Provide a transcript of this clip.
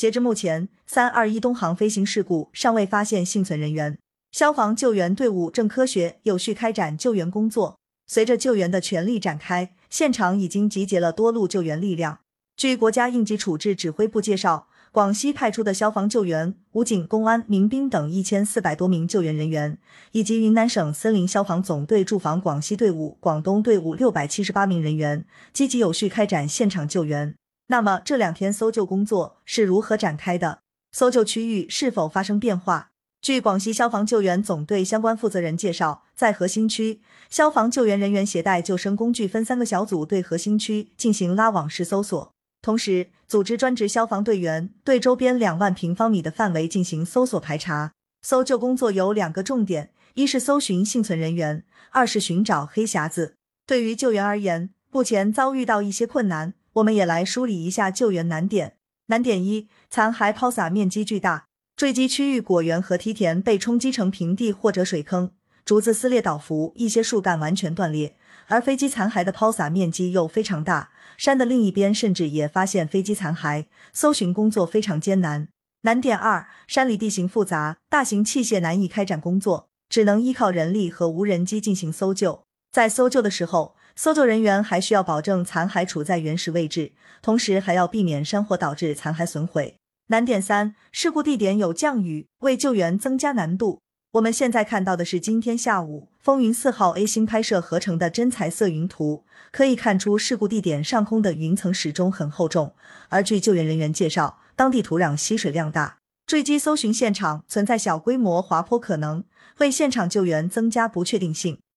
截至目前，321东航飞行事故尚未发现幸存人员，消防救援队伍正科学有序开展救援工作。随着救援的全力展开，现场已经集结了多路救援力量。据国家应急处置指挥部介绍，广西派出的消防救援、武警、公安、民兵等1400多名救援人员，以及云南省森林消防总队驻防广西队伍、广东队伍678名人员，积极有序开展现场救援。那么这2天搜救工作是如何展开的？搜救区域是否发生变化？据广西消防救援总队相关负责人介绍，在核心区，消防救援人员携带救生工具分3个小组对核心区进行拉网式搜索，同时组织专职消防队员对周边2万平方米的范围进行搜索排查。搜救工作有2个重点，一是搜寻幸存人员，二是寻找黑匣子。对于救援而言，目前遭遇到一些困难，我们也来梳理一下救援难点。难点1，残骸抛洒面积巨大，坠机区域果园和梯田被冲击成平地或者水坑，竹子撕裂倒伏，一些树干完全断裂，而飞机残骸的抛洒面积又非常大，山的另一边甚至也发现飞机残骸，搜寻工作非常艰难。难点2，山里地形复杂，大型器械难以开展工作，只能依靠人力和无人机进行搜救。在搜救的时候，搜救人员还需要保证残骸处在原始位置，同时还要避免山火导致残骸损毁。难点3，事故地点有降雨，为救援增加难度。我们现在看到的是今天下午风云4号 A 星拍摄合成的真彩色云图，可以看出事故地点上空的云层始终很厚重，而据救援人员介绍，当地土壤吸水量大，坠机搜寻现场存在小规模滑坡可能，为现场救援增加不确定性。